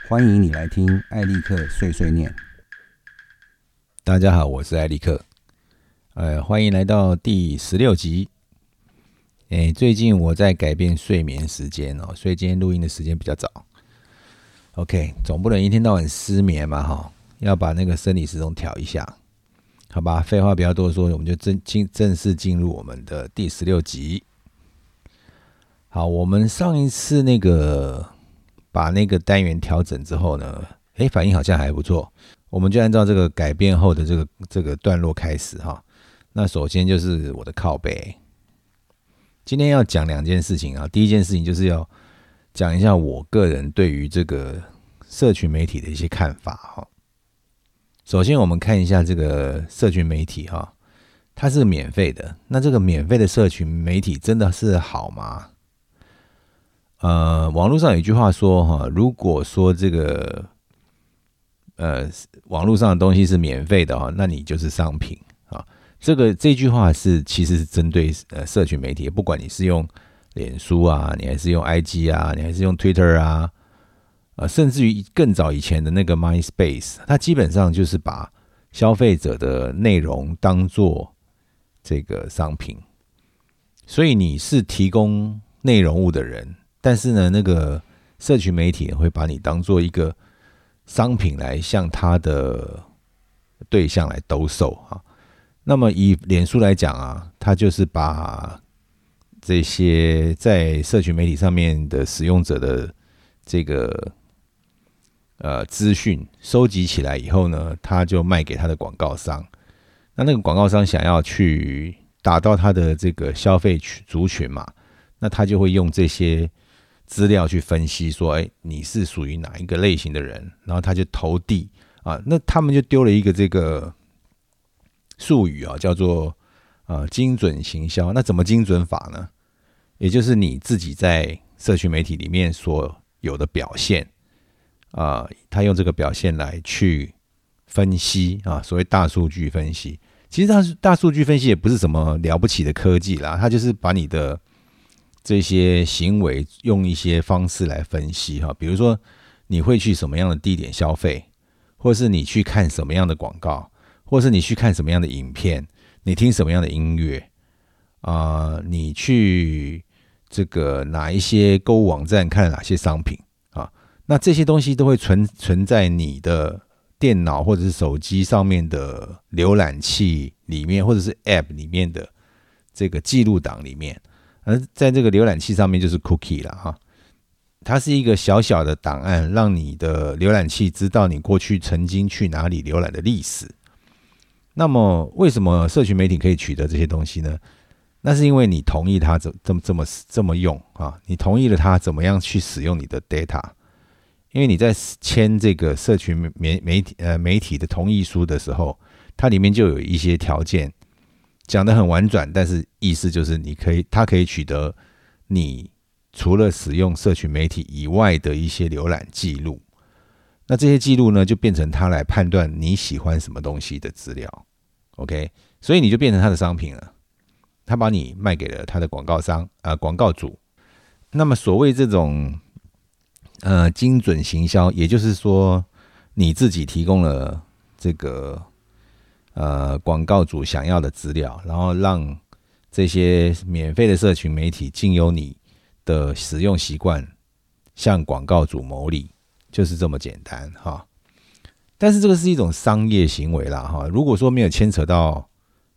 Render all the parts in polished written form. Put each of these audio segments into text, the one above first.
欢迎你来听艾利克碎碎念。 大家好，我是艾利克，欢迎来到第16集。最近我在改变睡眠时间哦，所以今天录音的时间比较早。OK， 总不能一天到晚失眠嘛哈，要把那个生理时钟调一下，好吧？废话不要多说，我们就正式进入我们的第16集。好，我们上一次把那个单元调整之后呢，反应好像还不错。我们就按照这个改变后的这个段落开始哈。那首先就是我的靠背。今天要讲两件事情啊。第一件事情就是要讲一下我个人对于这个社群媒体的一些看法哈。首先我们看一下这个社群媒体哈，它是免费的。那这个免费的社群媒体真的是好吗？网络上有一句话说哈，如果说这个网络上的东西是免费的哈，那你就是商品啊。这句话其实是针对社群媒体，不管你是用脸书啊，你还是用 IG 啊，你还是用 Twitter 啊，甚至于更早以前的那个 MySpace， 它基本上就是把消费者的内容当作这个商品，所以你是提供内容物的人。但是呢，那个社群媒体会把你当做一个商品来向他的对象来兜售啊。那么以脸书来讲啊，它就是把这些在社群媒体上面的使用者的这个资讯收集起来以后呢，他就卖给他的广告商。那个广告商想要去达到他的这个消费族群嘛，那他就会用这些资料去分析说，你是属于哪一个类型的人，然后他就投递啊。那他们就丢了一个这个术语啊，叫做精准行销。那怎么精准法呢？也就是你自己在社群媒体里面所有的表现他用这个表现来去分析啊，所谓大数据分析。其实大数据分析也不是什么了不起的科技啦，它就是把你的这些行为用一些方式来分析哈，比如说你会去什么样的地点消费，或是你去看什么样的广告，或是你去看什么样的影片，你听什么样的音乐你去这个哪一些购物网站看了哪些商品啊？那这些东西都会存在你的电脑或者是手机上面的浏览器里面，或者是 App 里面的这个记录档里面。而在这个浏览器上面就是 cookie 啦哈，它是一个小小的档案，让你的浏览器知道你过去曾经去哪里浏览的历史。那么为什么社群媒体可以取得这些东西呢？那是因为你同意它这么用啊，你同意了它怎么样去使用你的 data。因为你在签这个社群媒体的同意书的时候，它里面就有一些条件。讲得很婉转，但是意思就是它可以取得你除了使用社群媒体以外的一些浏览记录。那这些记录呢，就变成它来判断你喜欢什么东西的资料。OK， 所以你就变成它的商品了。他把你卖给了他的广告主。那么所谓这种精准行销，也就是说你自己提供了这个广告主想要的资料，然后让这些免费的社群媒体经由你的使用习惯向广告主牟利，就是这么简单哈。但是这个是一种商业行为啦哈。如果说没有牵扯到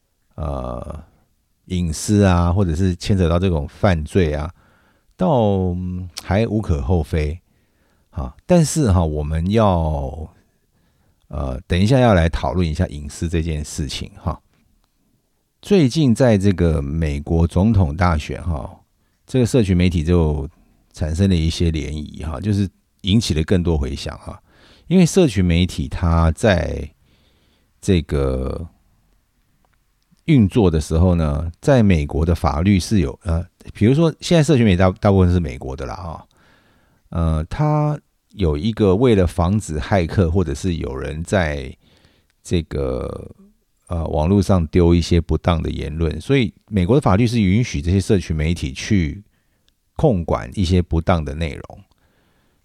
隐私啊，或者是牵扯到这种犯罪啊，倒还无可厚非哈。但是哈，我们要等一下要来讨论一下隐私这件事情哈。最近在这个美国总统大选哈，这个社群媒体就产生了一些涟漪哈，就是引起了更多回响哈。因为社群媒体它在这个运作的时候呢，在美国的法律是有比如说现在社群媒体大部分是美国的啦它有一个为了防止骇客或者是有人在这个网络上丢一些不当的言论，所以美国的法律是允许这些社群媒体去控管一些不当的内容。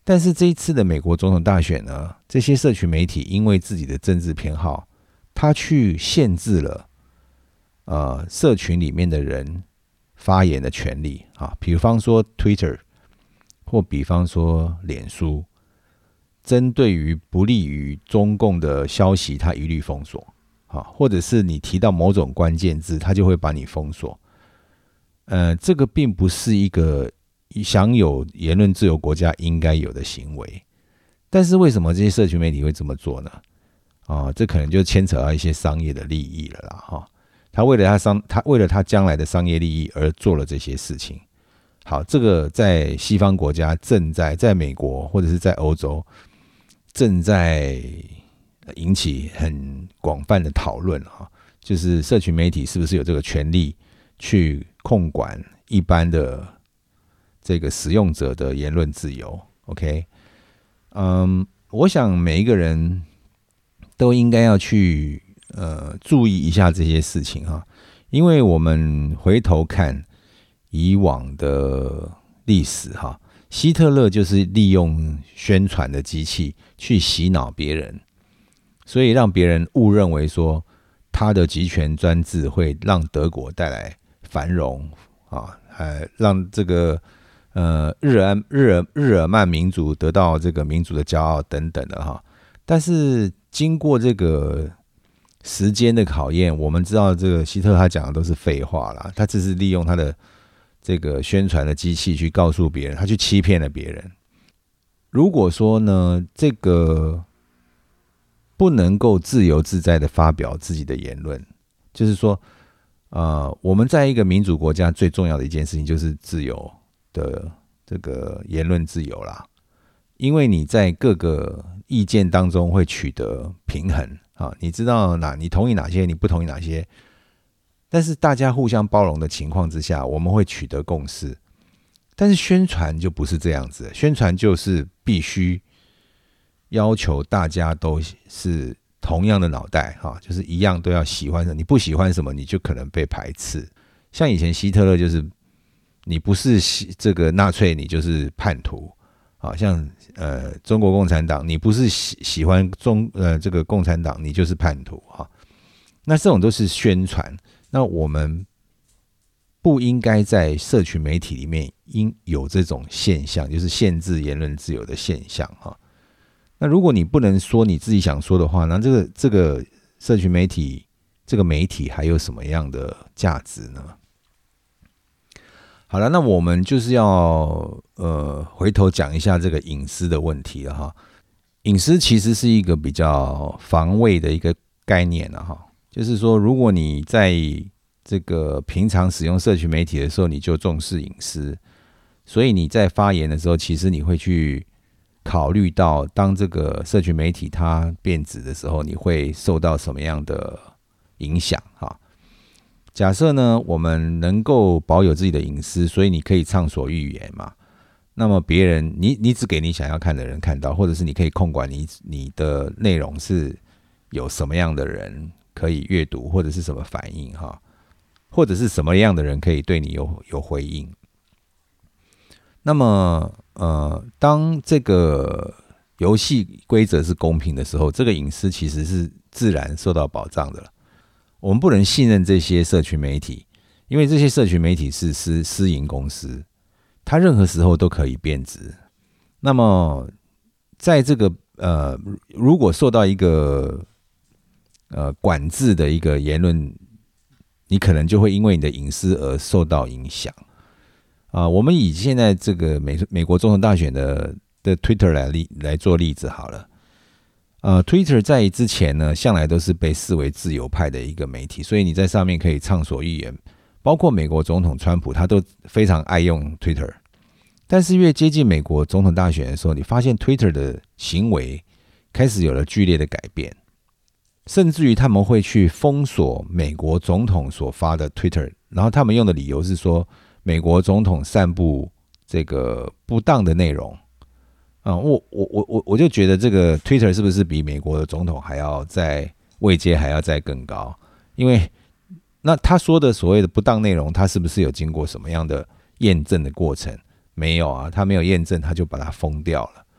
但是这一次的美国总统大选呢，这些社群媒体因为自己的政治偏好，他去限制了社群里面的人发言的权利啊，比方说 Twitter 或比方说脸书，针对于不利于中共的消息，他一律封锁啊，或者是你提到某种关键字，他就会把你封锁。这个并不是一个享有言论自由国家应该有的行为，但是为什么这些社群媒体会这么做呢？这可能就牵扯到一些商业的利益了啦。他为了他将来的商业利益而做了这些事情。好，这个在西方国家在美国或者是在欧洲正在引起很广泛的讨论就是社群媒体是不是有这个权利去控管一般的这个使用者的言论自由 ？OK， 我想每一个人都应该要去注意一下这些事情因为我们回头看以往的历史希特勒就是利用宣传的机器去洗脑别人，所以让别人误认为说他的集权专制会让德国带来繁荣让这个日耳曼民族得到这个民族的骄傲等等的但是经过这个时间的考验，我们知道这个希特勒他讲的都是废话啦，他只是利用他的这个宣传的机器去告诉别人，他去欺骗了别人。如果说呢，这个不能够自由自在的发表自己的言论，就是说我们在一个民主国家最重要的一件事情就是自由的这个言论自由啦，因为你在各个意见当中会取得平衡你知道你同意哪些，你不同意哪些，但是大家互相包容的情况之下，我们会取得共识。但是宣传就不是这样子，宣传就是必须要求大家都是同样的脑袋就是一样都要喜欢什么，你不喜欢什么，你就可能被排斥。像以前希特勒就是你不是这个纳粹，你就是叛徒像中国共产党，你不是喜欢这个共产党，你就是叛徒那这种都是宣传。那我们不应该在社群媒体里面有这种现象，就是限制言论自由的现象那如果你不能说你自己想说的话，那这个社群媒体这个媒体还有什么样的价值呢？好了，那我们就是要回头讲一下这个隐私的问题了隐私其实是一个比较防卫的一个概念就是说，如果你在这个平常使用社群媒体的时候，你就重视隐私，所以你在发言的时候，其实你会去考虑到，当这个社群媒体它变质的时候，你会受到什么样的影响假设呢，我们能够保有自己的隐私，所以你可以畅所欲言嘛。那么别人，你只给你想要看的人看到，或者是你可以控管你的内容是有什么样的人可以阅读，或者是什么反应或者是什么样的人可以对你有回应。那么当这个游戏规则是公平的时候，这个隐私其实是自然受到保障的了。我们不能信任这些社群媒体，因为这些社群媒体是私营公司，它任何时候都可以变质。那么在这个如果受到一个管制的一个言论，你可能就会因为你的隐私而受到影响我们以现在这个美国总统大选的 Twitter 来做例子好了。Twitter 在之前呢，向来都是被视为自由派的一个媒体，所以你在上面可以畅所欲言，包括美国总统川普，他都非常爱用 Twitter。但是越接近美国总统大选的时候，你发现 Twitter 的行为开始有了剧烈的改变，甚至于他们会去封锁美国总统所发的 Twitter， 然后他们用的理由是说，美国总统散布这个不当的内容。我就觉得这个 Twitter 是不是比美国的总统还要在位阶还要再更高？因为那他说的所谓的不当内容，他是不是有经过什么样的验证的过程？没有啊，他没有验证，他就把它封掉了。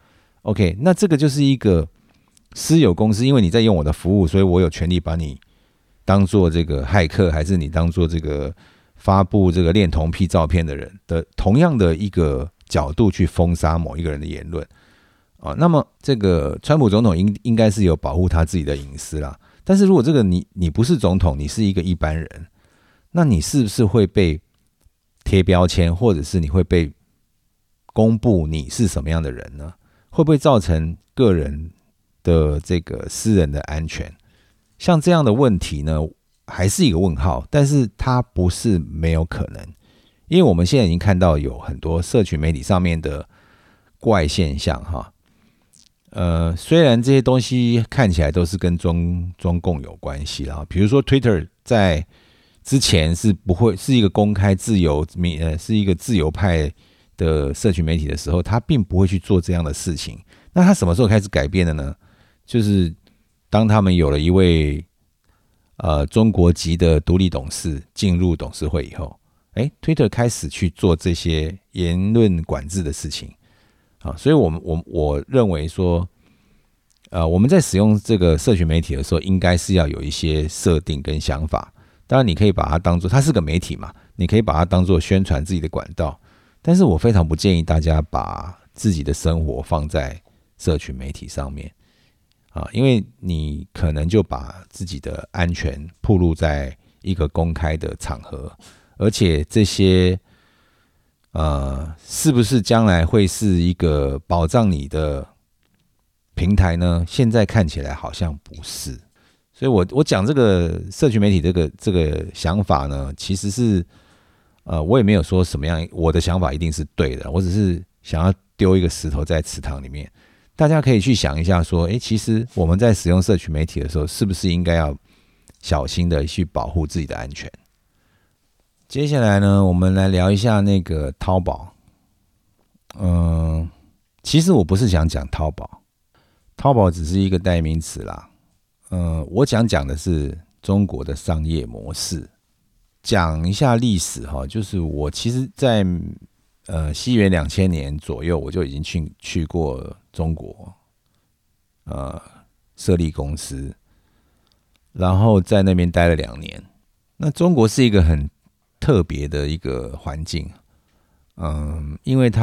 OK， 那这个就是一个私有公司，因为你在用我的服务，所以我有权利把你当做这个骇客，还是你当做这个发布这个恋童癖照片的人的同样的一个角度去封杀某一个人的言论啊。那么这个川普总统应该是有保护他自己的隐私啦。但是如果这个你不是总统，你是一个一般人，那你是不是会被贴标签，或者是你会被公布你是什么样的人呢？会不会造成个人的这个私人的安全？像这样的问题呢，还是一个问号，但是它不是没有可能，因为我们现在已经看到有很多社群媒体上面的怪现象哈。虽然这些东西看起来都是跟中共有关系啦，比如说 Twitter 在之前是不会是一个公开自由是一个自由派的社群媒体的时候，他并不会去做这样的事情。那他什么时候开始改变的呢？就是当他们有了一位中国籍的独立董事进入董事会以后，Twitter 开始去做这些言论管制的事情。所以我认为说，我们在使用这个社群媒体的时候，应该是要有一些设定跟想法。当然，你可以把它当作它是个媒体嘛，你可以把它当作宣传自己的管道。但是我非常不建议大家把自己的生活放在社群媒体上面因为你可能就把自己的安全暴露在一个公开的场合，而且这些是不是将来会是一个保障你的平台呢？现在看起来好像不是。所以我讲这个社群媒体这个想法呢，其实是我也没有说什么样，我的想法一定是对的，我只是想要丢一个石头在池塘里面，大家可以去想一下说，其实我们在使用社群媒体的时候，是不是应该要小心的去保护自己的安全？接下来呢，我们来聊一下那个淘宝。其实我不是想讲淘宝，淘宝只是一个代名词啦。我讲的是中国的商业模式。讲一下历史哈，就是我其实在西元2000年左右，我就已经去过中国，设立公司，然后在那边待了2年。那中国是一个很特别的一个环境，因为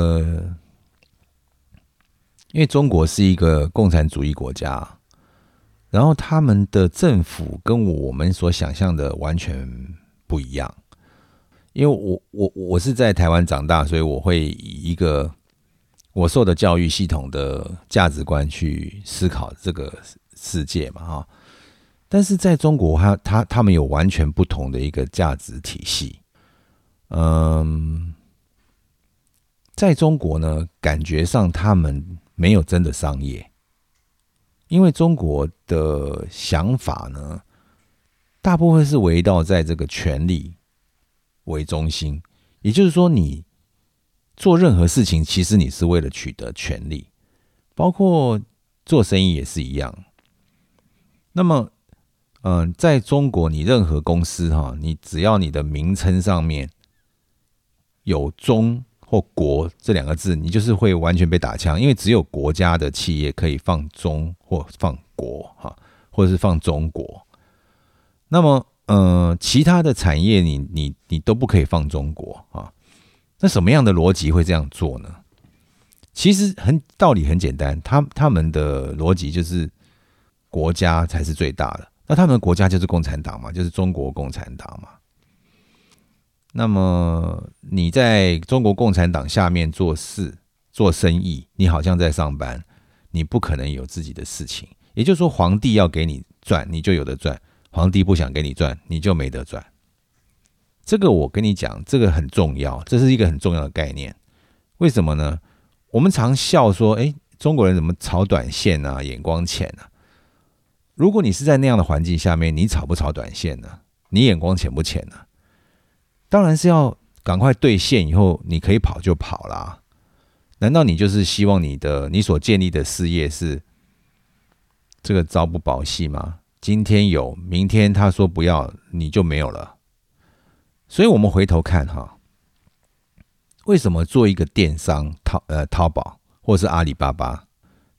中国是一个共产主义国家，然后他们的政府跟我们所想象的完全不一样。因为我是在台湾长大，所以我会以一个我受的教育系统的价值观去思考这个世界嘛但是在中国他们有完全不同的一个价值体系。在中国呢，感觉上他们没有真的商业，因为中国的想法呢，大部分是围绕在这个权力为中心，也就是说，你做任何事情，其实你是为了取得权力，包括做生意也是一样。那么，在中国，你任何公司你只要你的名称上面有中或国这2个字，你就是会完全被打枪，因为只有国家的企业可以放中或放国或者是放中国。那么其他的产业你都不可以放中国那什么样的逻辑会这样做呢？其实道理很简单，他们的逻辑就是国家才是最大的，那他们的国家就是共产党嘛，就是中国共产党嘛。那么你在中国共产党下面做事做生意，你好像在上班，你不可能有自己的事情。也就是说，皇帝要给你赚，你就有得赚；皇帝不想给你赚，你就没得赚。这个我跟你讲，这个很重要，这是一个很重要的概念。为什么呢？我们常笑说，中国人怎么炒短线啊，眼光浅啊？如果你是在那样的环境下面，你炒不炒短线呢？你眼光浅不浅呢？当然是要赶快兑现以后，你可以跑就跑啦。难道你就是希望你所建立的事业是这个朝不保夕吗？今天有，明天他说不要，你就没有了。所以我们回头看为什么做一个电商淘宝或是阿里巴巴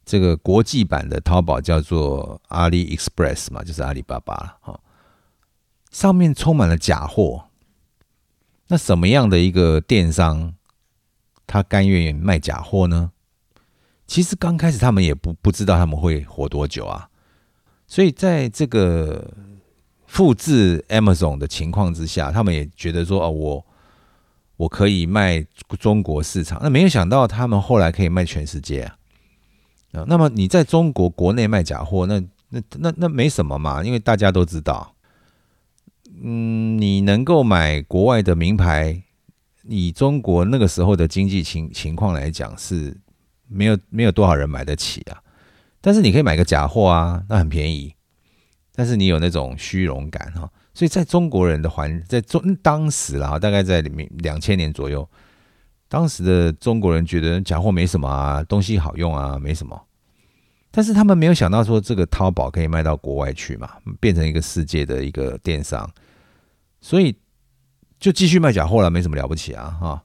这个国际版的淘宝叫做 AliExpress 嘛，就是阿里巴巴上面充满了假货。那什么样的一个电商，他甘愿意卖假货呢？其实刚开始他们也不知道他们会活多久啊。所以在这个复制 Amazon 的情况之下，他们也觉得说我可以卖中国市场，那没有想到他们后来可以卖全世界啊。那么你在中国国内卖假货，那没什么嘛，因为大家都知道。你能够买国外的名牌，以中国那个时候的经济情况来讲，是没有多少人买得起啊。但是你可以买个假货啊，那很便宜，但是你有那种虚荣感哈。所以在中国人的当时啦，大概在2000年左右，当时的中国人觉得假货没什么啊，东西好用啊，没什么。但是他们没有想到说这个淘宝可以卖到国外去嘛，变成一个世界的一个电商，所以就继续卖假货了，没什么了不起啊哈。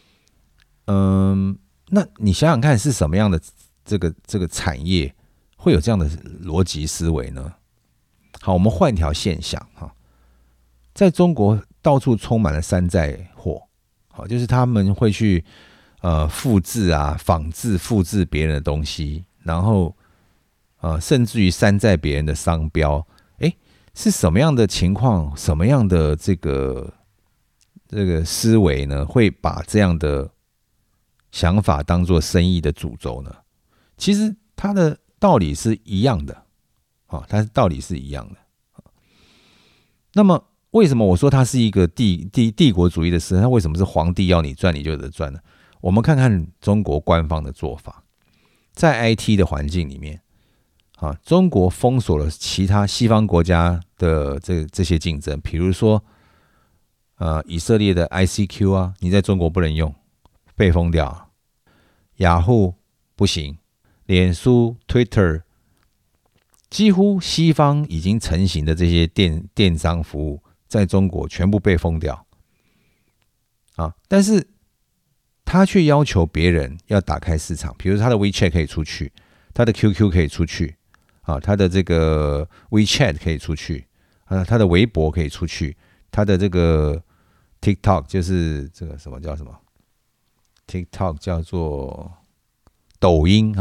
那你想想看，是什么样的这个产业会有这样的逻辑思维呢？好，我们换一条线想哈，在中国到处充满了山寨货，好，就是他们会去复制啊、仿制、复制别人的东西，然后甚至于山寨别人的商标。是什么样的情况，什么样的这个思维呢，会把这样的想法当作生意的主轴呢？其实它的道理是一样的，它的道理是一样的。那么为什么我说它是一个帝国主义的事？它为什么是皇帝要你赚你就得赚呢？我们看看中国官方的做法，在 IT 的环境里面，中国封锁了其他西方国家的这些竞争，比如说以色列的 ICQ 啊，你在中国不能用，被封掉。雅虎不行，脸书、Twitter， 几乎西方已经成型的这些电商服务，在中国全部被封掉。但是他却要求别人要打开市场，比如他的 WeChat 可以出去，他的 QQ 可以出去，他的这个 WeChat 可以出去，他的微博可以出去，他的这个 TikTok 就是这个叫什么 TikTok 叫做抖音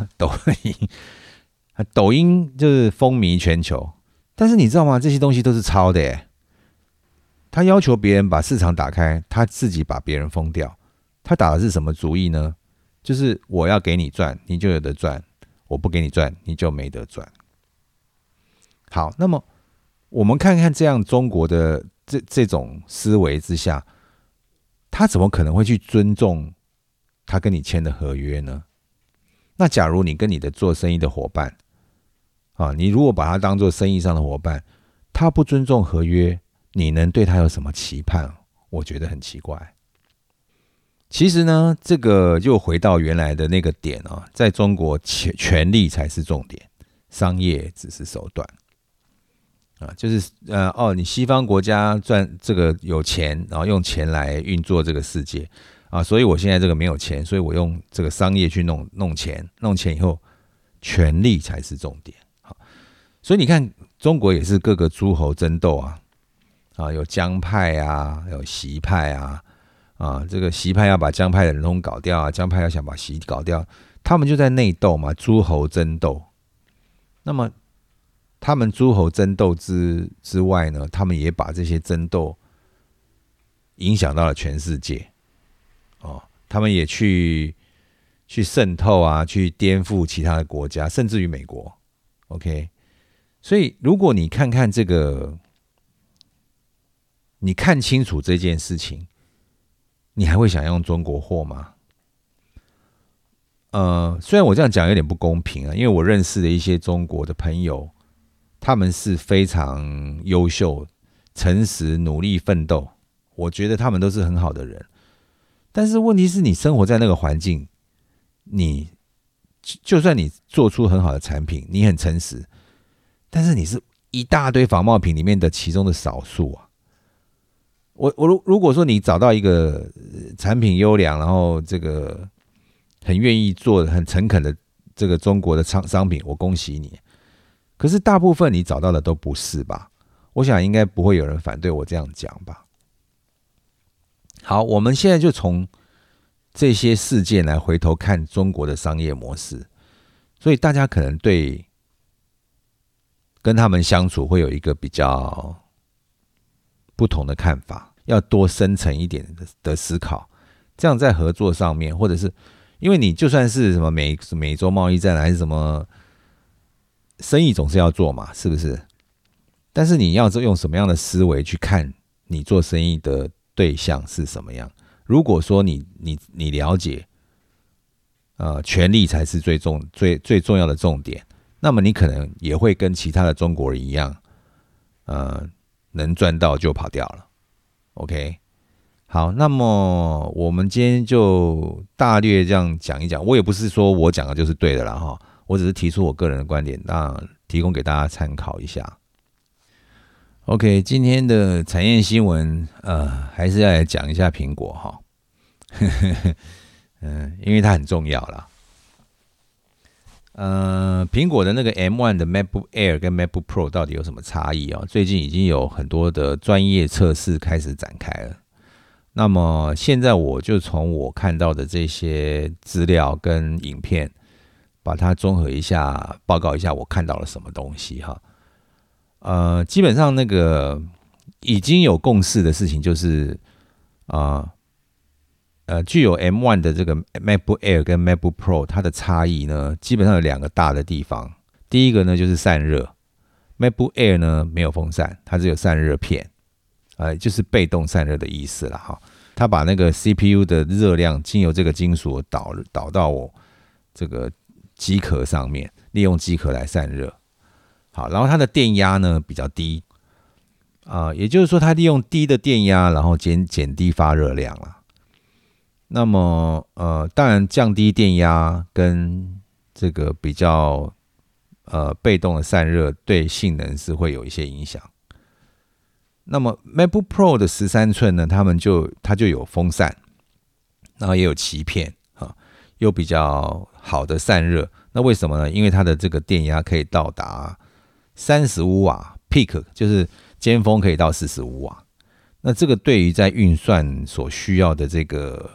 抖音就是风靡全球。但是你知道吗？这些东西都是抄的耶。他要求别人把市场打开，他自己把别人封掉。他打的是什么主意呢？就是我要给你赚，你就有得赚；我不给你赚，你就没得赚。好，那么我们看看这样中国的这种思维之下，他怎么可能会去尊重他跟你签的合约呢？那假如你跟你的做生意的伙伴你如果把他当作生意上的伙伴，他不尊重合约，你能对他有什么期盼？我觉得很奇怪。其实呢，这个又回到原来的那个点在中国权力才是重点，商业只是手段就是你西方国家赚这个有钱，然后用钱来运作这个世界所以我现在这个没有钱，所以我用这个商业去弄钱，弄钱以后，权力才是重点。所以你看，中国也是各个诸侯争斗有江派有习派这个习派要把江派的人都搞掉江派要想把习搞掉，他们就在内斗嘛，诸侯争斗。那么他们诸侯争斗之外呢，他们也把这些争斗影响到了全世界他们也去渗透去颠覆其他的国家，甚至于美国。OK， 所以如果你看看这个，你看清楚这件事情，你还会想用中国货吗？虽然我这样讲有点不公平因为我认识的一些中国的朋友，他们是非常优秀、诚实、努力奋斗，我觉得他们都是很好的人。但是问题是你生活在那个环境，你就算你做出很好的产品，你很诚实，但是你是一大堆仿冒品里面的其中的少数我如果说你找到一个产品优良，然后这个很愿意做的、很诚恳的这个中国的商品，我恭喜你。可是大部分你找到的都不是吧？我想应该不会有人反对我这样讲吧。好，我们现在就从这些事件来回头看中国的商业模式，所以大家可能对跟他们相处会有一个比较不同的看法，要多深层一点的思考，这样在合作上面，或者是因为你就算是什么美洲贸易战还是什么生意总是要做嘛，是不是？但是你要用什么样的思维去看你做生意的对象是什么样？如果说你了解，权力才是最重要的重点，那么你可能也会跟其他的中国人一样，能赚到就跑掉了。OK， 好，那么我们今天就大略这样讲一讲。我也不是说我讲的就是对的啦哈，我只是提出我个人的观点，那提供给大家参考一下。OK， 今天的产业新闻，还是要来讲一下苹果哈，因为它很重要啦。苹果的那个 M1 的 MacBook Air 跟 MacBook Pro 到底有什么差异啊？最近已经有很多的专业测试开始展开了。那么现在我就从我看到的这些资料跟影片，把它综合一下，报告一下我看到了什么东西哈。基本上那个已经有共识的事情就是，具有 M1 的这个 MacBook Air 跟 MacBook Pro， 它的差异呢，基本上有两个大的地方。第一个呢就是散热 ，MacBook Air 呢没有风扇，它只有散热片，就是被动散热的意思啦哈。它把那个 CPU 的热量经由这个金属导到我这个机壳上面，利用机壳来散热。好，然后它的电压呢比较低，也就是说它利用低的电压，然后减低发热量啦。那么当然降低电压跟这个比较被动的散热对性能是会有一些影响。那么 MacBook Pro 的13寸呢，它就有风扇，然后也有鳍片，又比较好的散热。那为什么呢？因为它的这个电压可以到达35瓦 peak， 就是尖峰可以到45瓦。那这个对于在运算所需要的这个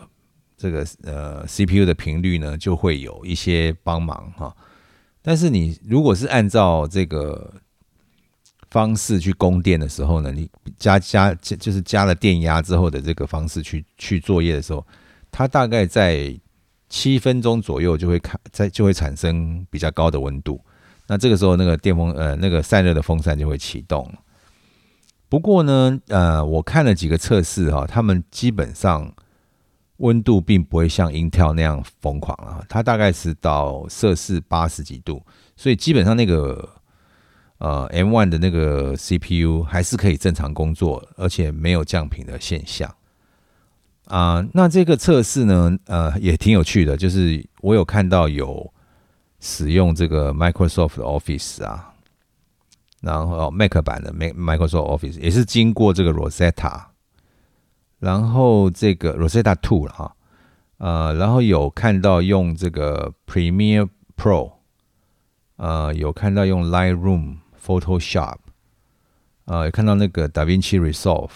CPU 的频率呢，就会有一些帮忙哈。但是你如果是按照这个方式去供电的时候呢，你就是加了电压之后的这个方式去作业的时候，它大概在7分钟左右就会产生比较高的温度。那这个时候那个那个散热的风扇就会启动了。不过呢，我看了几个测试哈，他们基本上温度并不会像 Intel 那样疯狂啊，它大概是到摄氏80几度，所以基本上那个M1 的那个 CPU 还是可以正常工作，而且没有降频的现象。那这个测试呢，也挺有趣的，就是我有看到有使用这个 Microsoft Office 啊，然后 Mac 版的 Microsoft Office 也是经过这个 Rosetta， 然后这个 Rosetta 2 了哈，然后有看到用这个 Premiere Pro， 有看到用 Lightroom、Photoshop， 有看到那个 DaVinci Resolve，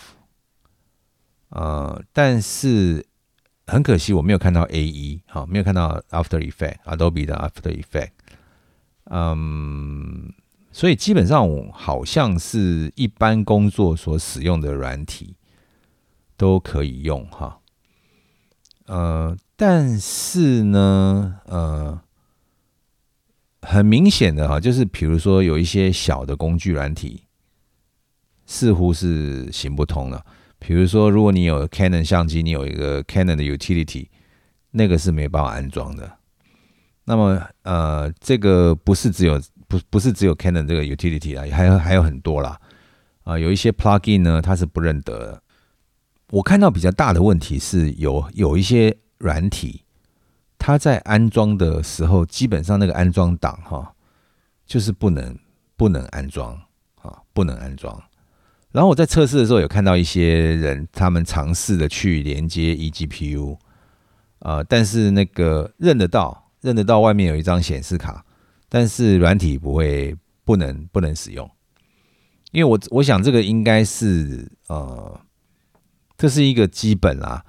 但是很可惜我没有看到 AE， 没有看到 After Effects Adobe 的 After Effects， 所以基本上好像是一般工作所使用的软体都可以用哈。但是呢，很明显的哈，就是比如说有一些小的工具软体似乎是行不通了。比如说，如果你有 Canon 相机，你有一个 Canon 的 Utility， 那个是没办法安装的。那么这个不是只有 Canon 这个 Utility 啦，还有很多啦。有一些 Plugin 呢，它是不认得的。我看到比较大的问题是有一些软体，它在安装的时候，基本上那个安装档哈，就是不能安装不能安装。然后我在测试的时候有看到一些人，他们尝试的去连接 eGPU，但是那个认得到认得到外面有一张显示卡，但是软体不能使用。因为我想这个应该是这是一个基本啦，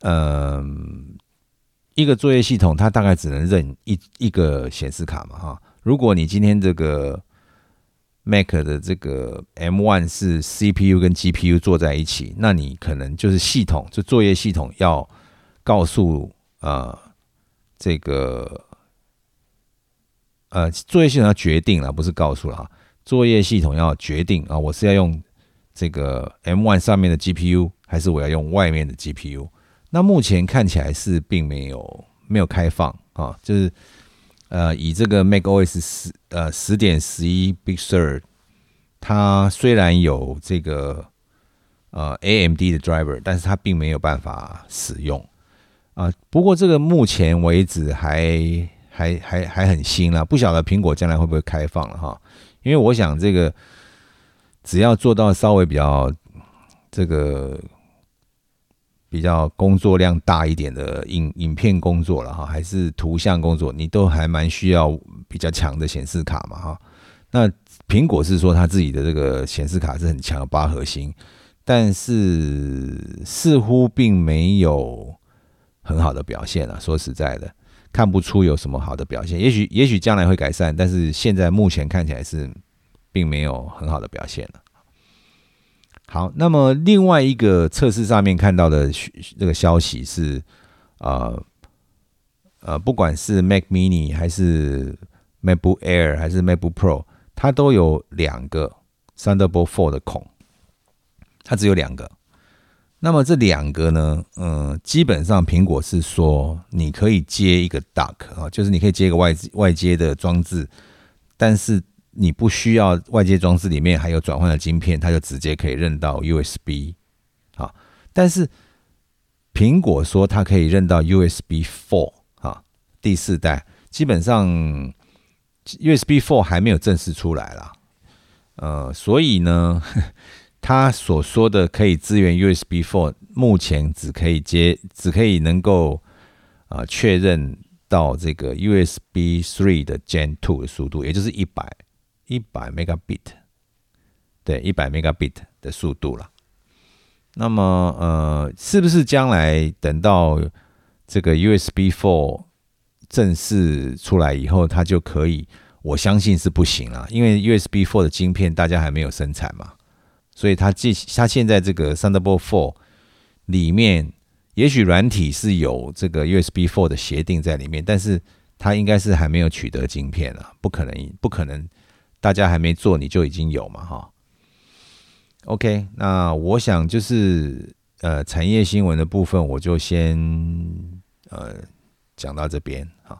一个作业系统它大概只能认一个显示卡嘛哈。如果你今天这个 Mac 的这个 M1 是 CPU 跟 GPU 坐在一起，那你可能就是就作业系统要告诉这个作业系统要决定了，不是告诉了哈。作业系统要决定我是要用这个 M1 上面的 GPU， 还是我要用外面的 GPU？ 那目前看起来是并没有开放就是以这个 macOS 10.11 Big Sur， 它虽然有这个AMD 的 driver， 但是它并没有办法使用不过这个目前为止还很新啦，不晓得苹果将来会不会开放了哈。因为我想这个只要做到稍微比较工作量大一点的影片工作了哈，还是图像工作，你都还蛮需要比较强的显示卡嘛哈。那苹果是说它自己的这个显示卡是很强的8核心，但是似乎并没有很好的表现啊。说实在的，看不出有什么好的表现。也许将来会改善，但是现在目前看起来是并没有很好的表现了。好，那么另外一个测试上面看到的这个消息是，不管是 Mac Mini 还是 MacBook Air 还是 MacBook Pro， 它都有2个 Thunderbolt 4的孔，它只有2个。那么这2个呢，基本上苹果是说你可以接一个 dock 就是你可以接一个外接的装置，但是你不需要外接装置里面还有转换的晶片，它就直接可以认到 USB 但是苹果说它可以认到 USB 4第4代，基本上 USB 4还没有正式出来啦，所以呢他所说的可以支援 USB 4， 目前只可以能够确认到这个 USB 3的 Gen 2的速度，也就是100 megabit， 对，100 megabit 的速度啦。那么是不是将来等到这个 USB 4正式出来以后，它就可以？我相信是不行啦，因为 USB 4的晶片大家还没有生产嘛。所以它现在这个 Thunderbolt 4里面，也许软体是有这个 USB 4的协定在里面，但是它应该是还没有取得晶片了，不可能，大家还没做你就已经有嘛哈。OK， 那我想就是产业新闻的部分我就先讲到这边哈。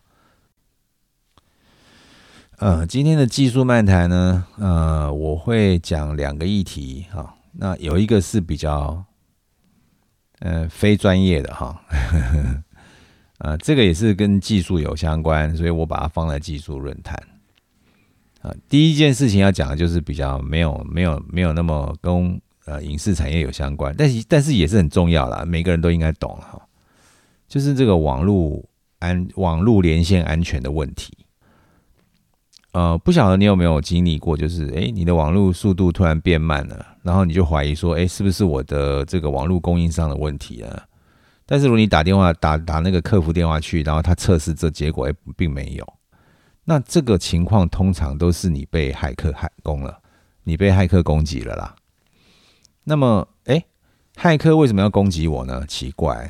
今天的技术漫谈呢，我会讲2个议题哈。那有一个是比较非专业的哈，这个也是跟技术有相关，所以我把它放在技术论坛。第一件事情要讲的就是比较没有那么跟影视产业有相关，但是也是很重要啦，每个人都应该懂哈。就是这个网络连线安全的问题。不晓得你有没有经历过，就是你的网络速度突然变慢了，然后你就怀疑说，是不是我的这个网络供应商的问题了？但是如果你打电话打那个客服电话去，然后他测试这结果并没有，那这个情况通常都是你被骇客攻了，你被骇客攻击了啦。那么骇客为什么要攻击我呢？奇怪，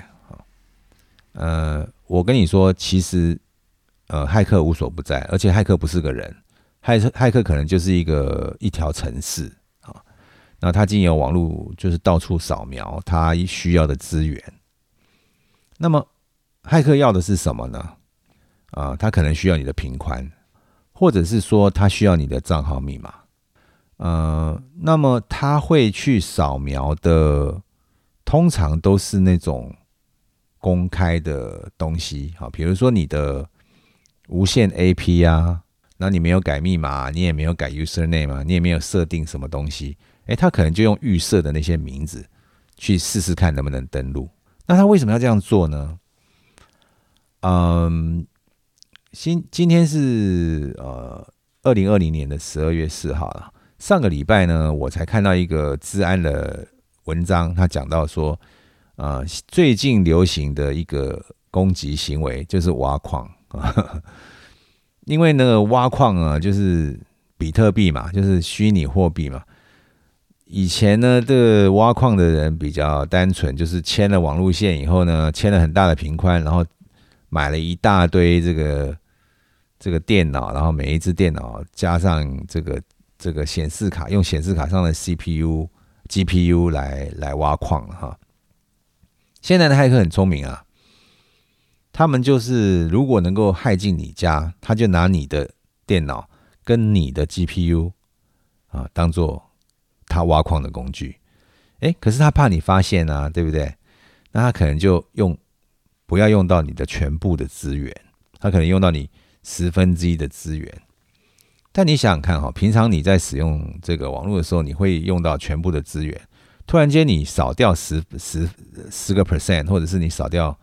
我跟你说，其实骇客无所不在，而且骇客不是个人，骇客可能就是一条程式那他经由网络就是到处扫描他需要的资源。那么骇客要的是什么呢？他可能需要你的频宽，或者是说他需要你的账号密码。那么他会去扫描的，通常都是那种公开的东西，比如说你的无线 AP 然后你没有改密码，你也没有改 username 你也没有设定什么东西，他可能就用预设的那些名字去试试看能不能登录。那他为什么要这样做呢？ 今天是2020年的12月4号了。上个礼拜呢，我才看到一个资安的文章，他讲到说，最近流行的一个攻击行为就是挖矿因为那个挖矿啊，就是比特币嘛，就是虚拟货币嘛。以前呢，这个挖矿的人比较单纯，就是牵了网路线以后呢，牵了很大的频宽，然后买了一大堆这个电脑，然后每一只电脑加上这个显示卡，用显示卡上的 CPU、GPU 来挖矿哈。现在的骇客很聪明啊，他们就是如果能够骇进你家，他就拿你的电脑跟你的 GPU 当做他挖矿的工具。可是他怕你发现啊，对不对？那他可能就不要用到你的全部的资源，他可能用到你1/10的资源。但你想想看平常你在使用这个网络的时候，你会用到全部的资源，突然间你少掉10%，或者是你少掉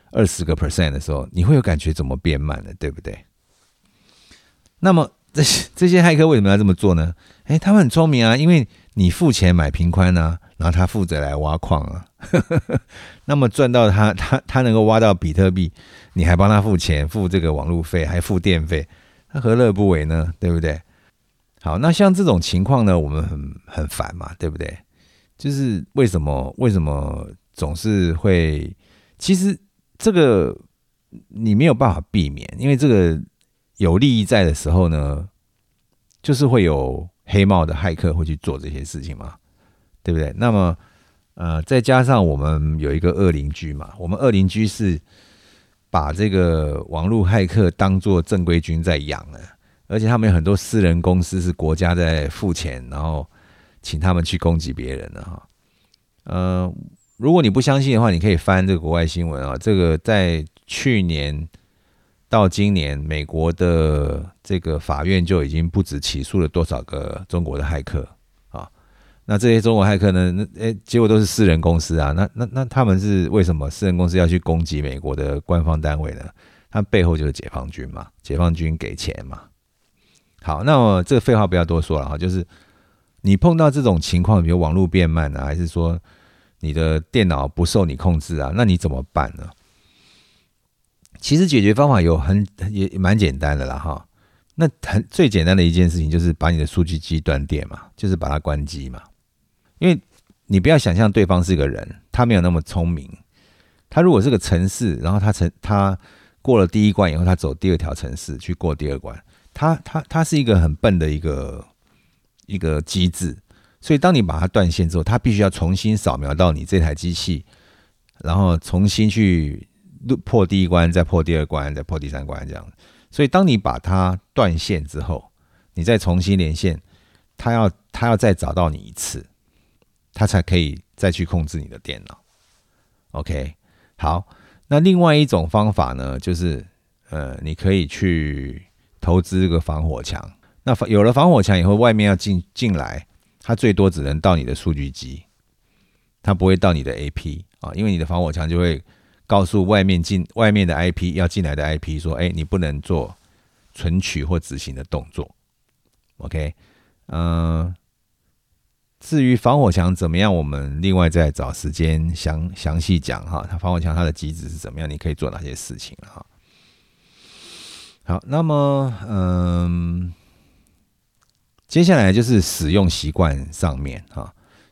20% 的时候，你会有感觉怎么变慢了，对不对？那么这些骇客为什么要这么做呢？他们很聪明啊，因为你付钱买频宽啊，然后他负责来挖矿啊那么赚到他能够挖到比特币，你还帮他付钱，付这个网路费，还付电费，他何乐不为呢？对不对？好，那像这种情况呢，我们很烦嘛，对不对？就是为什么总是会，其实这个你没有办法避免，因为这个有利益在的时候呢，就是会有黑帽的骇客会去做这些事情嘛，对不对？那么再加上我们有一个恶邻居嘛，我们恶邻居是把这个网络骇客当作正规军在养了，而且他们有很多私人公司是国家在付钱，然后请他们去攻击别人的哈。如果你不相信的话，你可以翻这个国外新闻啊。这个在去年到今年，美国的这个法院就已经不止起诉了多少个中国的骇客啊。那这些中国骇客呢，结果都是私人公司啊。那他们是为什么私人公司要去攻击美国的官方单位呢？他们背后就是解放军嘛，解放军给钱嘛。好，那么这个废话不要多说了哈，就是你碰到这种情况，比如网络变慢啊，还是说你的电脑不受你控制啊，那你怎么办呢？其实解决方法也蛮简单的啦哈。那最简单的一件事情就是把你的数据机断电嘛，就是把它关机嘛。因为你不要想象对方是个人，他没有那么聪明。他如果是个程式，然后他过了第一关以后，他走第二条程式去过第二关，他是一个很笨的一个机制。所以当你把它断线之后，他必须要重新扫描到你这台机器，然后重新去破第一关，再破第二关，再破第三关这样。所以当你把它断线之后，你再重新连线，他要再找到你一次，他才可以再去控制你的电脑。OK， 好，那另外一种方法呢，就是你可以去投资这个防火墙。那有了防火墙以后，外面要进来，它最多只能到你的数据机，它不会到你的 AP 啊，因为你的防火墙就会告诉外面的 IP 要进来的 IP 说，你不能做存取或执行的动作。OK， 至于防火墙怎么样，我们另外再找时间详细讲哈。它防火墙它的机制是怎么样，你可以做哪些事情哈。好，那么接下来就是使用习惯上面哈。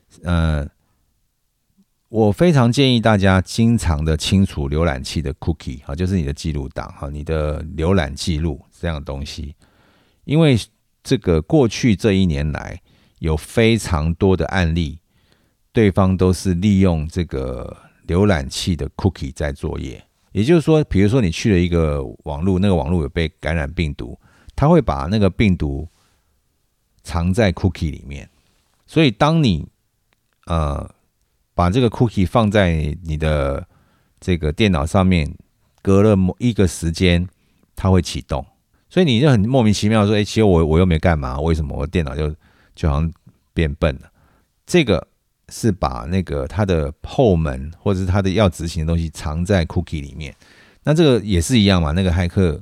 我非常建议大家经常的清除浏览器的 cookie 哈，就是你的记录档哈，你的浏览记录这样的东西，因为这个过去这1年来有非常多的案例，对方都是利用这个浏览器的 cookie 在作业。也就是说，比如说你去了一个网络，那个网络有被感染病毒，它会把那个病毒藏在 cookie 里面。所以当你把这个 cookie 放在你的这个电脑上面，隔了一个时间，它会启动。所以你就很莫名其妙说，其实我又没干嘛，为什么我电脑就好像变笨了？这个是把那个它的后门或者是它的要执行的东西藏在 cookie 里面。那这个也是一样嘛，那个骇客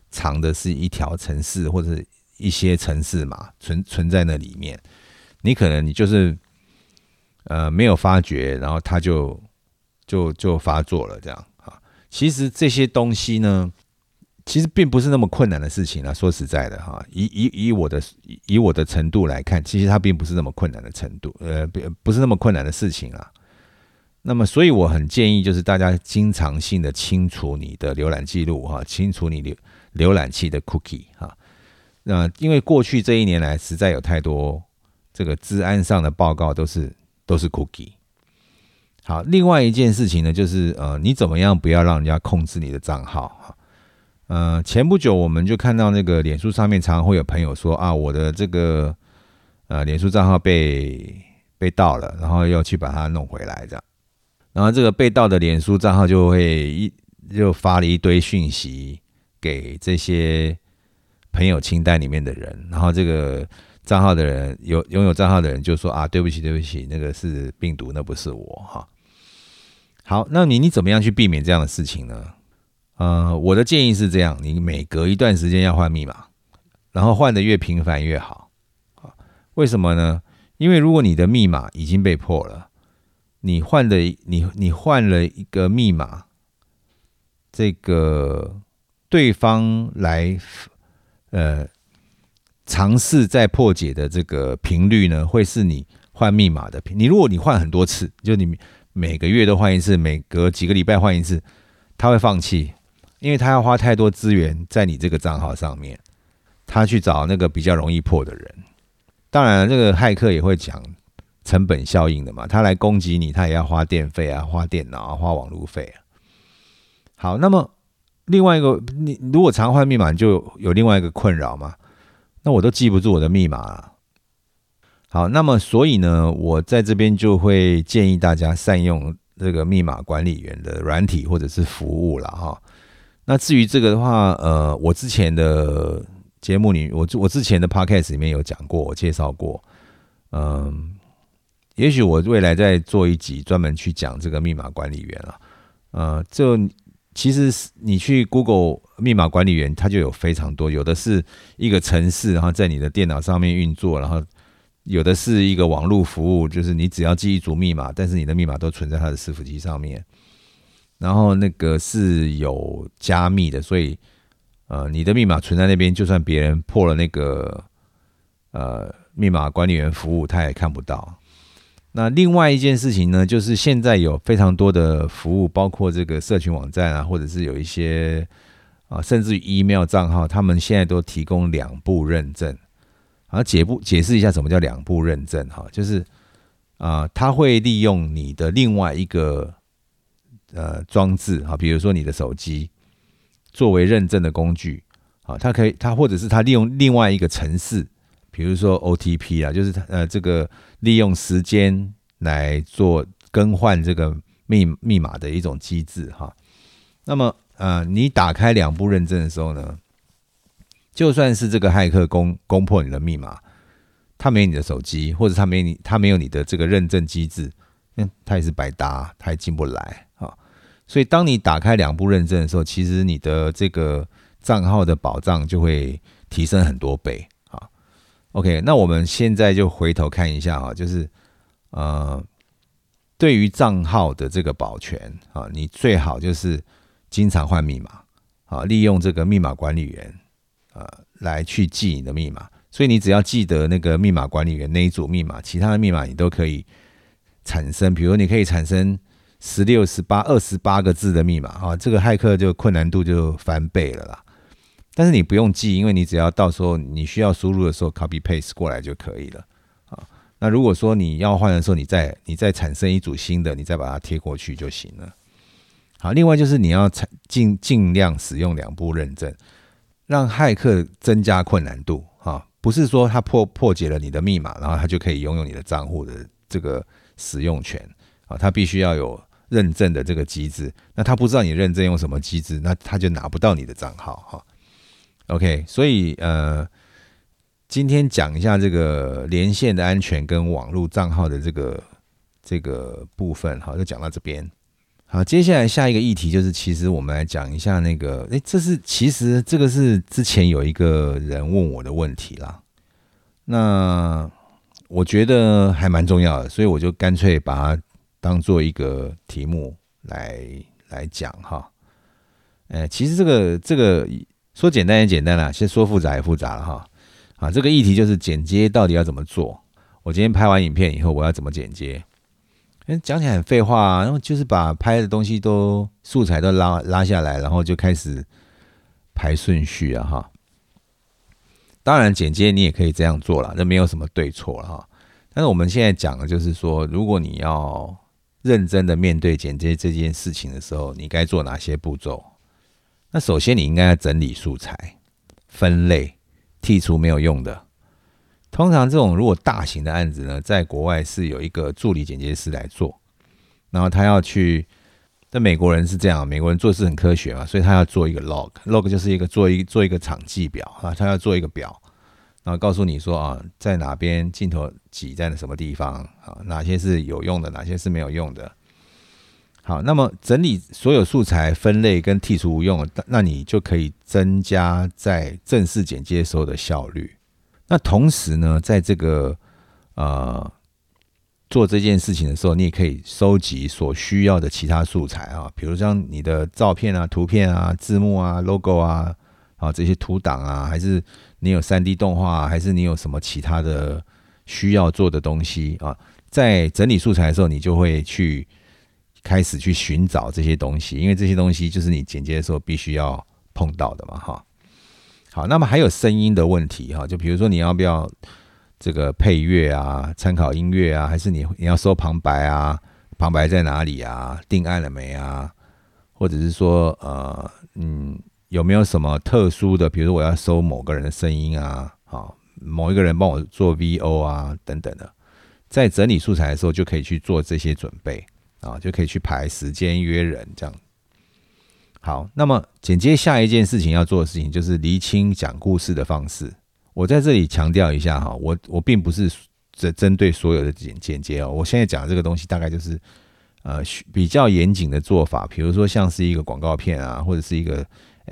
藏的是一条程式或者一些程式码存在那里面，你可能你就是没有发觉，然后它就发作了这样啊。其实这些东西呢，其实并不是那么困难的事情啊。说实在的哈，以我的程度来看，其实它并不是那么困难的程度，不是那么困难的事情啊。那么，所以我很建议就是大家经常性的清除你的浏览记录哈，清除你浏览器的 cookie 哈。因为过去这1年来，实在有太多这个资安上的报告都是 cookie。好，另外一件事情呢，就是你怎么样不要让人家控制你的账号？前不久我们就看到那个脸书上面常常会有朋友说啊，我的这个脸书账号被盗了，然后要去把它弄回来这样。然后这个被盗的脸书账号就发了一堆讯息给这些朋友清单里面的人，然后这个账号的人拥有账号的人就说啊，对不起，那个是病毒，那不是我哈。好，那你怎么样去避免这样的事情呢？我的建议是这样，你每隔一段时间要换密码，然后换的越频繁越好。为什么呢？因为如果你的密码已经被破了，你换了一个密码，这个对方来尝试再破解的这个频率呢，会是你换密码的频率。如果你换很多次，就你每个月都换一次，每隔几个礼拜换一次，他会放弃，因为他要花太多资源在你这个账号上面，他去找那个比较容易破的人。当然这个骇客也会讲成本效应的嘛，他来攻击你，他也要花电费啊，花电脑啊，花网路费啊。好，那么另外一个，你如果常换密码，你就有另外一个困扰嘛，那我都记不住我的密码啊。好，那么所以呢，我在这边就会建议大家善用这个密码管理员的软体或者是服务啦哈。那至于这个的话，我之前的节目里，我之前的 podcast 里面有讲过，我介绍过，也许我未来再做一集专门去讲这个密码管理员啊。其实你去 Google 密码管理员，它就有非常多，有的是一个程式，然后在你的电脑上面运作，然后有的是一个网络服务，就是你只要记一组密码，但是你的密码都存在它的伺服器上面。然后那个是有加密的，所以你的密码存在那边，就算别人破了那个密码管理员服务，他也看不到。那另外一件事情呢，就是现在有非常多的服务，包括这个社群网站啊，或者是有一些甚至于 email 账号，他们现在都提供2步认证。好，解释一下什么叫2步认证哈，就是它会利用你的另外一个装置哈，比如说你的手机作为认证的工具。好，它或者是它利用另外一个程式，比如说 OTP 啦，就是这个利用时间来做更换这个密码的一种机制哈。那么你打开2步认证的时候呢，就算是这个骇客攻破你的密码，他没有你的手机，或者他没有你的这个认证机制，他也是白搭，他也进不来啊。所以当你打开2步认证的时候，其实你的这个账号的保障就会提升很多倍。OK， 那我们现在就回头看一下就是对于账号的这个保全你最好就是经常换密码利用这个密码管理员来去记你的密码。所以你只要记得那个密码管理员那一组密码，其他的密码你都可以产生，比如你可以产生16、18、28个字的密码这个骇客就困难度就翻倍了啦。但是你不用记，因为你只要到时候你需要输入的时候 copy paste 过来就可以了。那如果说你要换的时候，你再产生一组新的，你再把它贴过去就行了。好，另外就是你要尽量使用2步认证，让骇客增加困难度不是说他破解了你的密码，然后他就可以拥有你的账户的这个使用权他必须要有认证的这个机制。那他不知道你认证用什么机制，那他就拿不到你的账号OK， 所以今天讲一下这个连线的安全跟网络账号的这个部分就讲到这边。 好，接下来下一个议题就是，其实我们来讲一下那个，其实这个是之前有一个人问我的问题啦。那我觉得还蛮重要的，所以我就干脆把它当做一个题目来讲哈。其实这个说简单也简单啦，先说复杂也复杂了哈。啊，这个议题就是剪接到底要怎么做？我今天拍完影片以后，我要怎么剪接？讲起来很废话啊，然后就是把拍的东西都素材都拉下来，然后就开始排顺序啊哈。当然剪接你也可以这样做啦，这没有什么对错了哈。但是我们现在讲的就是说，如果你要认真的面对剪接这件事情的时候，你该做哪些步骤？那首先你应该要整理素材、分类、剔除没有用的。通常这种如果大型的案子呢，在国外是有一个助理剪接师来做，然后他要去，但美国人是这样，美国人做事很科学嘛，所以他要做一个 log 就是做一个场记表啊，他要做一个表，然后告诉你说啊，在哪边镜头挤在什么地方啊，哪些是有用的，哪些是没有用的。好，那么整理所有素材、分类跟剔除无用的，那你就可以增加在正式剪接时候的效率。那同时呢，在这个做这件事情的时候，你也可以收集所需要的其他素材啊，比如像你的照片啊、图片啊、字幕啊、logo 啊，这些图档啊，还是你有 3D 动画，还是你有什么其他的需要做的东西啊？在整理素材的时候，你就会开始去寻找这些东西，因为这些东西就是你剪接的时候必须要碰到的嘛，哈。好，那么还有声音的问题哈，就比如说你要不要这个配乐啊、参考音乐啊，还是你要收旁白啊？旁白在哪里啊？定案了没啊？或者是说有没有什么特殊的？比如说我要收某个人的声音啊，某一个人帮我做 VO 啊等等的，在整理素材的时候就可以去做这些准备啊，就可以去排时间约人这样。好，那么剪接下一件事情要做的事情就是厘清讲故事的方式。我在这里强调一下哈，我并不是针对所有的剪接哦，我现在讲的这个东西大概就是比较严谨的做法，比如说像是一个广告片啊，或者是一个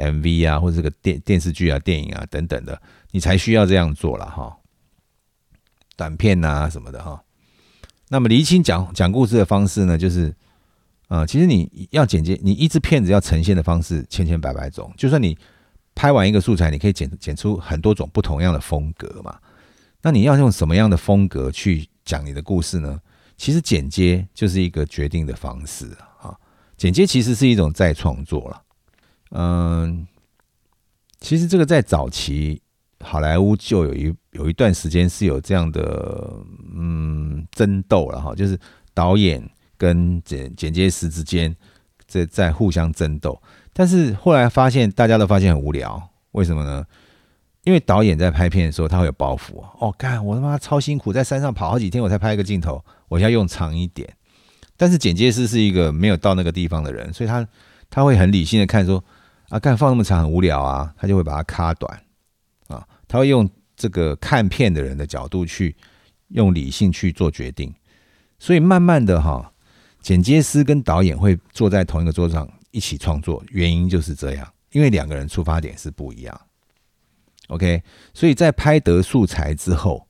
MV 啊，或者是个电视剧啊、电影啊等等的，你才需要这样做啦哈。短片啊什么的哈。那么厘清讲故事的方式呢，就是其实你要剪接，你一支片子要呈现的方式千百百种，就算你拍完一个素材，你可以剪出很多种不同样的风格嘛。那你要用什么样的风格去讲你的故事呢？其实剪接就是一个决定的方式啊。剪接其实是一种再创作了。其实这个在早期好莱坞就有一段时间是有这样的争斗了哈，就是导演跟剪接师之间在互相争斗，但是后来大家都发现很无聊，为什么呢？因为导演在拍片的时候他会有包袱干我他妈超辛苦，在山上跑好几天我才拍一个镜头，我要用长一点。但是剪接师是一个没有到那个地方的人，所以他会很理性的看说干放那么长很无聊啊，他就会把它卡短啊，他会用这个看片的人的角度去用理性去做决定。所以慢慢的剪接师跟导演会坐在同一个桌上一起创作，原因就是这样，因为两个人出发点是不一样。OK， 所以在拍得素材之后，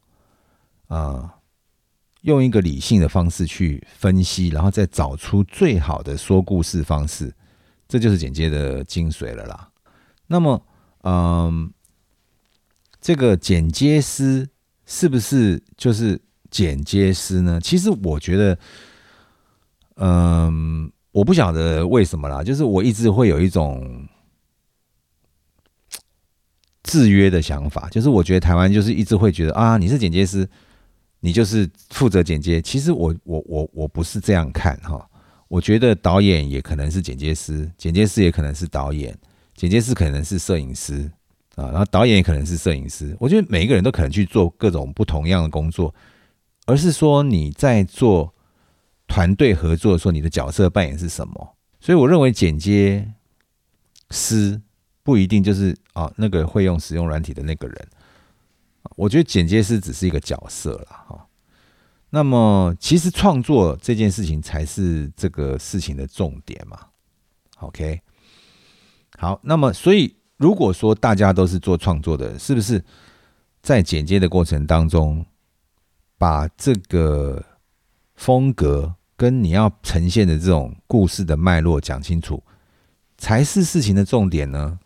用一个理性的方式去分析，然后再找出最好的说故事方式，这就是剪接的精髓了啦。那么，这个剪接师是不是就是剪接师呢？其实我觉得，我不晓得为什么啦，就是我一直会有一种制约的想法，就是我觉得台湾就是一直会觉得你是剪接师，你就是负责剪接。其实我不是这样看哈，我觉得导演也可能是剪接师，剪接师也可能是导演，剪接师可能是摄影师然后导演也可能是摄影师。我觉得每一个人都可能去做各种不同样的工作，而是说你在做团队合作的时候，你的角色扮演是什么？所以我认为剪接师不一定就是那个会用使用软体的那个人。我觉得剪接师只是一个角色啦。 那么其实创作这件事情才是这个事情的重点嘛。OK， 好，那么所以如果说大家都是做创作的人，是不是在剪接的过程当中，把这个风格跟你要呈现的这种故事的脉络讲清楚，才是事情的重点呢？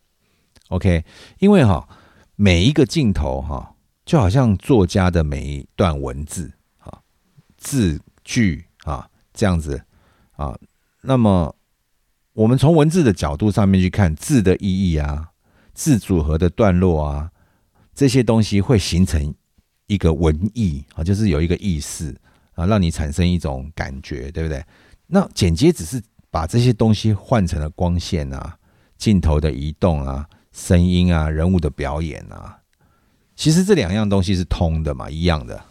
OK， 因为每一个镜头就好像作家的每一段文字字句这样子那么我们从文字的角度上面去看字的意义字组合的段落这些东西会形成一个文意就是有一个意思让你产生一种感觉，对不对？那剪接只是把这些东西换成了光线镜头的移动声音人物的表演其实这两样东西是通的嘛，一样的。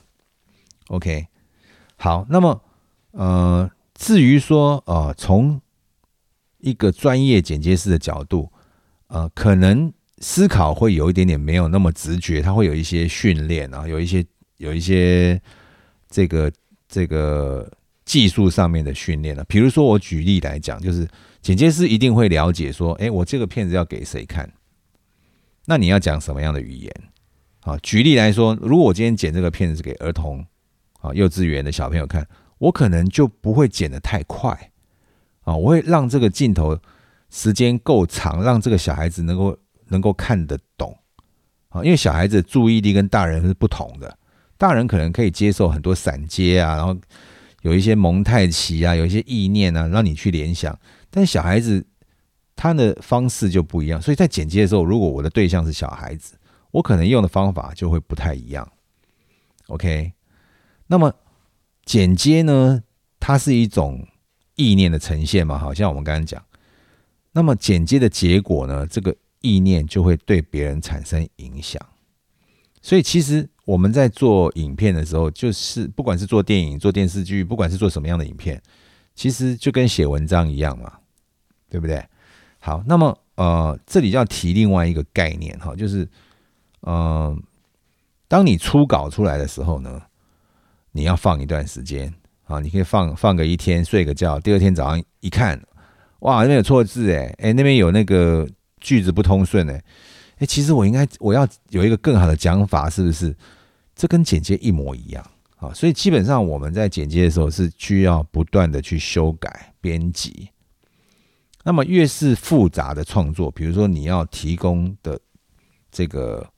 OK， 好，那么至于说从一个专业剪接师的角度可能思考会有一点点没有那么直觉，他会有一些训练有一些这个技术上面的训练比如说我举例来讲，就是剪接师一定会了解说我这个片子要给谁看，那你要讲什么样的语言举例来说，如果我今天剪这个片子是给儿童幼稚园的小朋友看，我可能就不会剪得太快我会让这个镜头时间够长，让这个小孩子能够看得懂因为小孩子的注意力跟大人是不同的，大人可能可以接受很多闪接然后有一些蒙太奇有一些意念让你去联想，但小孩子他的方式就不一样，所以在剪接的时候，如果我的对象是小孩子，我可能用的方法就会不太一样。 OK， 那么剪接呢，它是一种意念的呈现嘛，好像我们刚刚讲，那么剪接的结果呢，这个意念就会对别人产生影响。所以其实我们在做影片的时候，就是不管是做电影、做电视剧，不管是做什么样的影片，其实就跟写文章一样嘛，对不对？好，那么这里要提另外一个概念就是当你初稿出来的时候呢，你要放一段时间你可以放个一天，睡个觉，第二天早上一看，哇，那边有错字那边有那个句子不通顺其实我要有一个更好的讲法，是不是？这跟剪接一模一样所以基本上我们在剪接的时候是需要不断的去修改编辑。那么越是复杂的创作，比如说你要提供的这个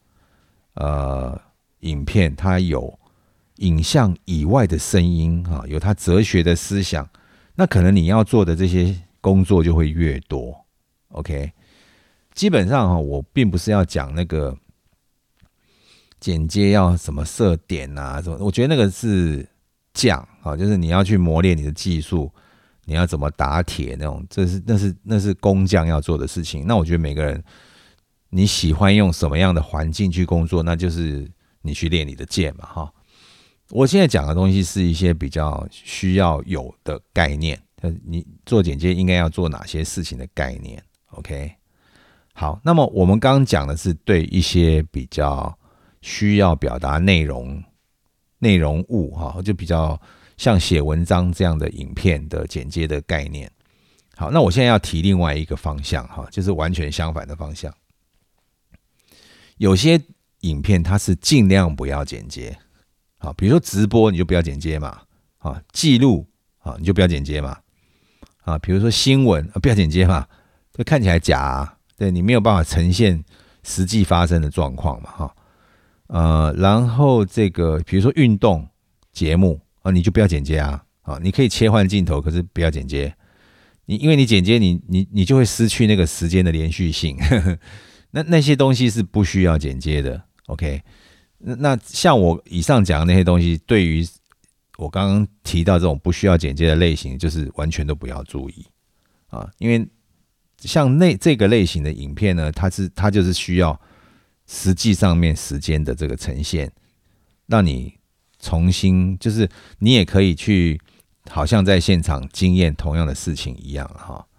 影片，它有影像以外的声音有它哲学的思想，那可能你要做的这些工作就会越多。 OK， 基本上我并不是要讲那个剪接要什么设点什么，我觉得那个是匠就是你要去磨练你的技术，你要怎么打铁那种，那是工匠要做的事情。那我觉得每个人你喜欢用什么样的环境去工作，那就是你去练你的剑嘛我现在讲的东西是一些比较需要有的概念，你做剪接应该要做哪些事情的概念。 OK， 好，那么我们刚刚讲的是对一些比较需要表达内容物就比较像写文章这样的影片的剪接的概念。好，那我现在要提另外一个方向就是完全相反的方向。有些影片它是尽量不要剪接比如说直播你就不要剪接嘛记录你就不要剪接嘛比如说新闻不要剪接嘛，就看起来假对，你没有办法呈现实际发生的状况嘛然后这个比如说运动节目你就不要剪接你可以切换镜头，可是不要剪接，因为你剪接你就会失去那个时间的连续性那些东西是不需要剪接的。 OK， 那像我以上讲的那些东西，对于我刚刚提到这种不需要剪接的类型，就是完全都不要注意因为像这个类型的影片呢，它就是需要实际上面时间的这个呈现，让你重新就是你也可以去好像在现场经验同样的事情一样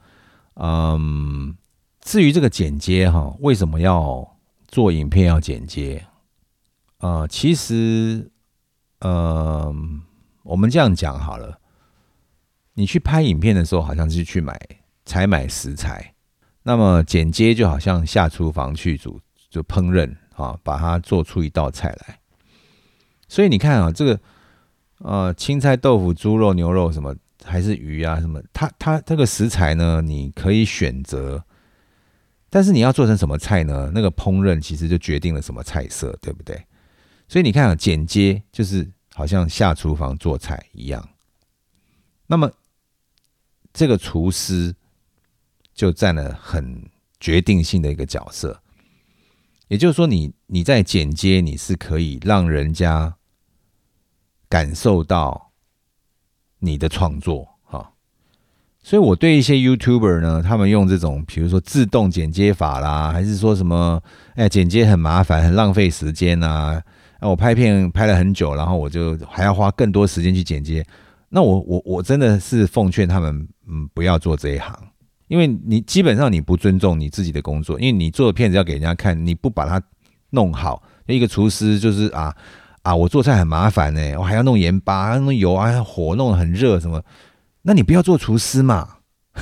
至于这个剪接为什么要做影片要剪接其实我们这样讲好了，你去拍影片的时候，好像是去采买食材，那么剪接就好像下厨房去就烹饪啊，把它做出一道菜来。所以你看啊，这个青菜、豆腐、猪肉、牛肉什么，还是鱼啊什么，它这个食材呢，你可以选择，但是你要做成什么菜呢？那个烹饪其实就决定了什么菜色，对不对？所以你看啊，剪接就是好像下厨房做菜一样。那么这个厨师就占了很决定性的一个角色，也就是说你在剪接，你是可以让人家感受到你的创作。所以我对一些 YouTuber 呢，他们用这种比如说自动剪接法啦，还是说什么剪接很麻烦很浪费时间啊，我拍片拍了很久，然后我就还要花更多时间去剪接，那我真的是奉劝他们不要做这一行，因为你基本上你不尊重你自己的工作，因为你做的片子要给人家看，你不把它弄好，一个厨师就是我做菜很麻烦我还要弄盐巴，还要弄油啊，火弄得很热什么，那你不要做厨师嘛。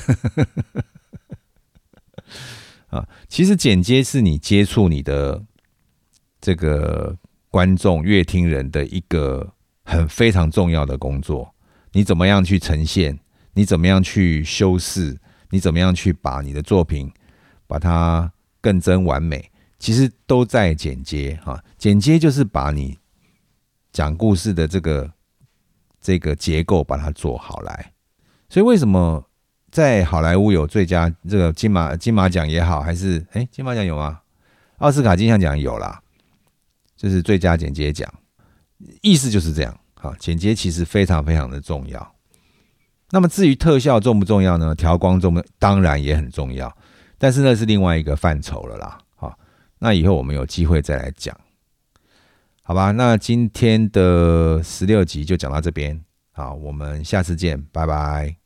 其实剪接是你接触你的这个观众乐听人的一个非常重要的工作，你怎么样去呈现，你怎么样去修饰，你怎么样去把你的作品把它更臻完美，其实都在剪接。剪接就是把你讲故事的这个结构把它做好来。所以为什么在好莱坞有最佳这个金马奖也好，还是金马奖有吗？奥斯卡金像奖有啦，就是最佳剪接奖，意思就是这样。剪接其实非常非常的重要。那么至于特效重不重要呢？调光当然也很重要，但是那是另外一个范畴了啦。那以后我们有机会再来讲，好吧？那今天的16集就讲到这边，好，我们下次见，拜拜。